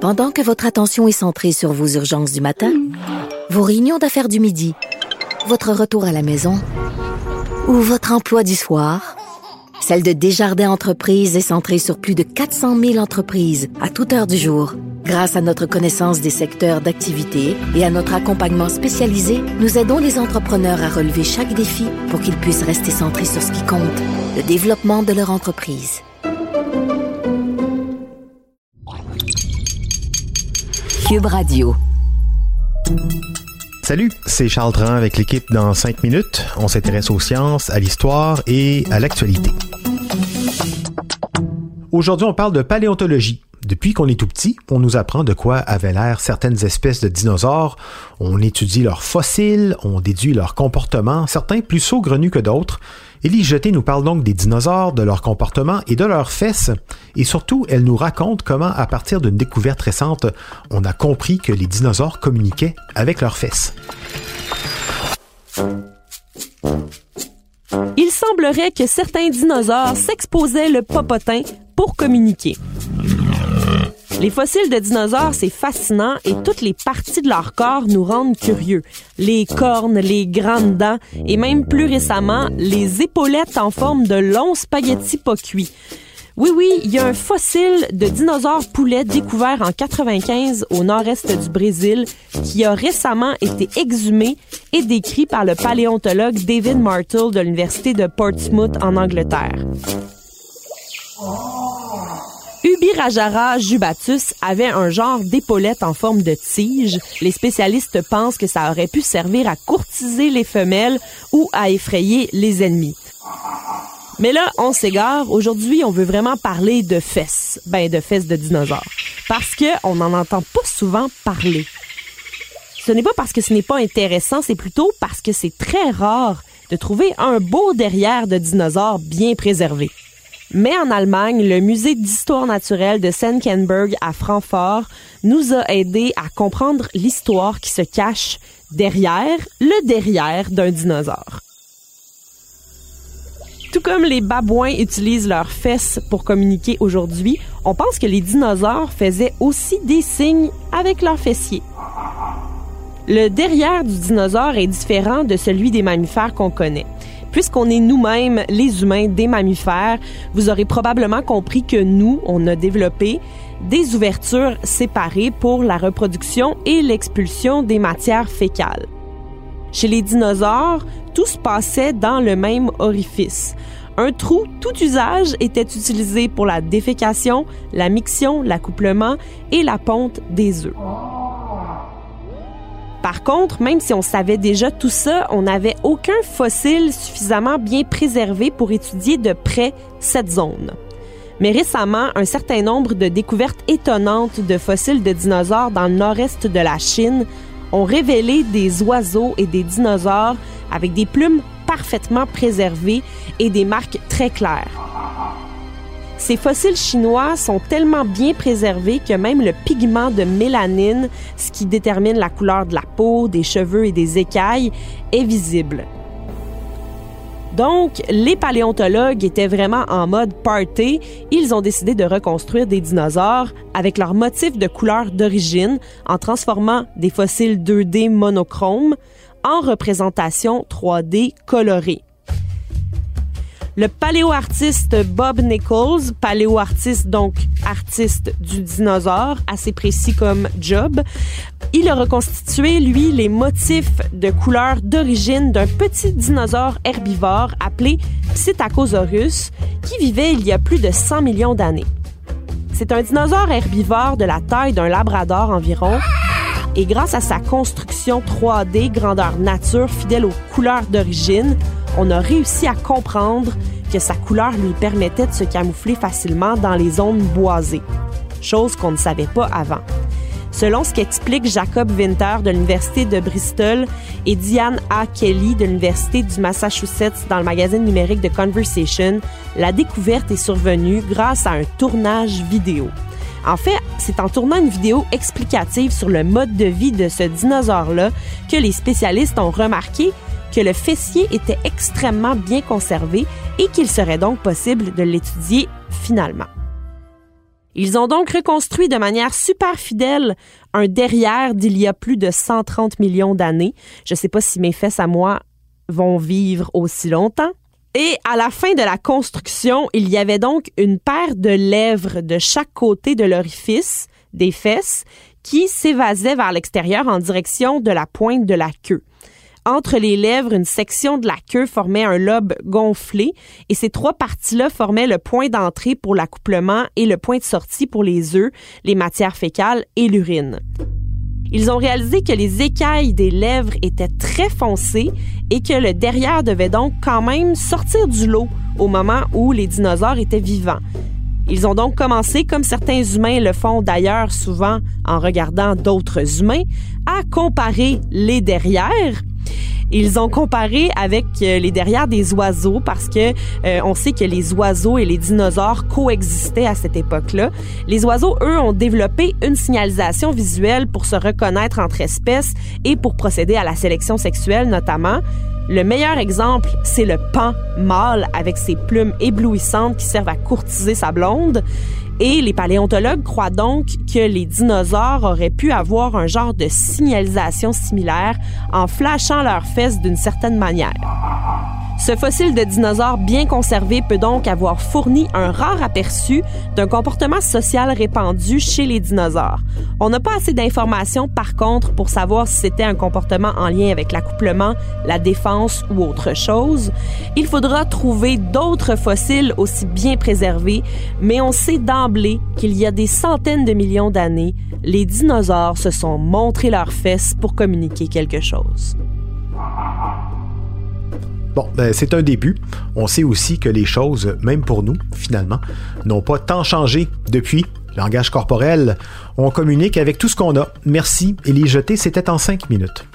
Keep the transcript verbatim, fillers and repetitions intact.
Pendant que votre attention est centrée sur vos urgences du matin, vos réunions d'affaires du midi, votre retour à la maison ou votre emploi du soir, celle de Desjardins Entreprises est centrée sur plus de quatre cent mille entreprises à toute heure du jour. Grâce à notre connaissance des secteurs d'activité et à notre accompagnement spécialisé, nous aidons les entrepreneurs à relever chaque défi pour qu'ils puissent rester centrés sur ce qui compte, le développement de leur entreprise. Cube Radio. Salut, c'est Charles Dran avec l'équipe dans cinq minutes. On s'intéresse aux sciences, à l'histoire et à l'actualité. Aujourd'hui, on parle de paléontologie. Depuis qu'on est tout petit, on nous apprend de quoi avaient l'air certaines espèces de dinosaures. On étudie leurs fossiles, on déduit leur comportement, certains plus saugrenus que d'autres. Élie Jeté nous parle donc des dinosaures, de leur comportement et de leurs fesses. Et surtout, elle nous raconte comment, à partir d'une découverte récente, on a compris que les dinosaures communiquaient avec leurs fesses. Il semblerait que certains dinosaures s'exposaient le popotin pour communiquer. Les fossiles de dinosaures, c'est fascinant et toutes les parties de leur corps nous rendent curieux. Les cornes, les grandes dents et même plus récemment, les épaulettes en forme de longs spaghettis pas cuits. Oui, oui, il y a un fossile de dinosaure poulet découvert en quatre-vingt-quinze au nord-est du Brésil qui a récemment été exhumé et décrit par le paléontologue David Martle de l'Université de Portsmouth en Angleterre. Ubirajara jubatus avait un genre d'épaulette en forme de tige. Les spécialistes pensent que ça aurait pu servir à courtiser les femelles ou à effrayer les ennemis. Mais là, on s'égare. Aujourd'hui, on veut vraiment parler de fesses. Ben, de fesses de dinosaures. Parce que on n'en entend pas souvent parler. Ce n'est pas parce que ce n'est pas intéressant, c'est plutôt parce que c'est très rare de trouver un beau derrière de dinosaures bien préservé. Mais en Allemagne, le musée d'histoire naturelle de Senckenberg à Francfort nous a aidés à comprendre l'histoire qui se cache derrière le derrière d'un dinosaure. Tout comme les babouins utilisent leurs fesses pour communiquer aujourd'hui, on pense que les dinosaures faisaient aussi des signes avec leurs fessiers. Le derrière du dinosaure est différent de celui des mammifères qu'on connaît. Puisqu'on est nous-mêmes, les humains, des mammifères, vous aurez probablement compris que nous, on a développé des ouvertures séparées pour la reproduction et l'expulsion des matières fécales. Chez les dinosaures, tout se passait dans le même orifice. Un trou tout usage était utilisé pour la défécation, la miction, l'accouplement et la ponte des œufs. Par contre, même si on savait déjà tout ça, on n'avait aucun fossile suffisamment bien préservé pour étudier de près cette zone. Mais récemment, un certain nombre de découvertes étonnantes de fossiles de dinosaures dans le nord-est de la Chine ont révélé des oiseaux et des dinosaures avec des plumes parfaitement préservées et des marques très claires. Ces fossiles chinois sont tellement bien préservés que même le pigment de mélanine, ce qui détermine la couleur de la peau, des cheveux et des écailles, est visible. Donc, les paléontologues étaient vraiment en mode party. Ils ont décidé de reconstruire des dinosaures avec leurs motifs de couleur d'origine en transformant des fossiles deux D monochromes en représentation trois D colorée. Le paléoartiste Bob Nichols, paléoartiste donc artiste du dinosaure, assez précis comme job, il a reconstitué, lui, les motifs de couleur d'origine d'un petit dinosaure herbivore appelé Psittacosaurus qui vivait il y a plus de cent millions d'années. C'est un dinosaure herbivore de la taille d'un labrador environ et grâce à sa construction trois D grandeur nature fidèle aux couleurs d'origine, on a réussi à comprendre que sa couleur lui permettait de se camoufler facilement dans les zones boisées, chose qu'on ne savait pas avant. Selon ce qu'explique Jacob Winter de l'Université de Bristol et Diane A. Kelly de l'Université du Massachusetts dans le magazine numérique de Conversation, la découverte est survenue grâce à un tournage vidéo. En fait, c'est en tournant une vidéo explicative sur le mode de vie de ce dinosaure-là que les spécialistes ont remarqué que le fessier était extrêmement bien conservé et qu'il serait donc possible de l'étudier finalement. Ils ont donc reconstruit de manière super fidèle un derrière d'il y a plus de cent trente millions d'années. Je ne sais pas si mes fesses à moi vont vivre aussi longtemps. Et à la fin de la construction, il y avait donc une paire de lèvres de chaque côté de l'orifice des fesses qui s'évasait vers l'extérieur en direction de la pointe de la queue. Entre les lèvres, une section de la queue formait un lobe gonflé et ces trois parties-là formaient le point d'entrée pour l'accouplement et le point de sortie pour les œufs, les matières fécales et l'urine. Ils ont réalisé que les écailles des lèvres étaient très foncées et que le derrière devait donc quand même sortir du lot au moment où les dinosaures étaient vivants. Ils ont donc commencé, comme certains humains le font d'ailleurs souvent en regardant d'autres humains, à comparer les derrières. Ils ont comparé avec euh, les derrières des oiseaux parce que euh, on sait que les oiseaux et les dinosaures coexistaient à cette époque-là. Les oiseaux, eux, ont développé une signalisation visuelle pour se reconnaître entre espèces et pour procéder à la sélection sexuelle notamment. Le meilleur exemple, c'est le paon mâle avec ses plumes éblouissantes qui servent à courtiser sa blonde. Et les paléontologues croient donc que les dinosaures auraient pu avoir un genre de signalisation similaire en flashant leurs fesses d'une certaine manière. Ce fossile de dinosaure bien conservé peut donc avoir fourni un rare aperçu d'un comportement social répandu chez les dinosaures. On n'a pas assez d'informations, par contre, pour savoir si c'était un comportement en lien avec l'accouplement, la défense ou autre chose. Il faudra trouver d'autres fossiles aussi bien préservés, mais on sait d'emblée qu'il y a des centaines de millions d'années, les dinosaures se sont montrés leurs fesses pour communiquer quelque chose. Bon, ben, c'est un début. On sait aussi que les choses, même pour nous, finalement, n'ont pas tant changé depuis. Langage corporel, on communique avec tout ce qu'on a. Merci. Et les jeter, c'était en cinq minutes.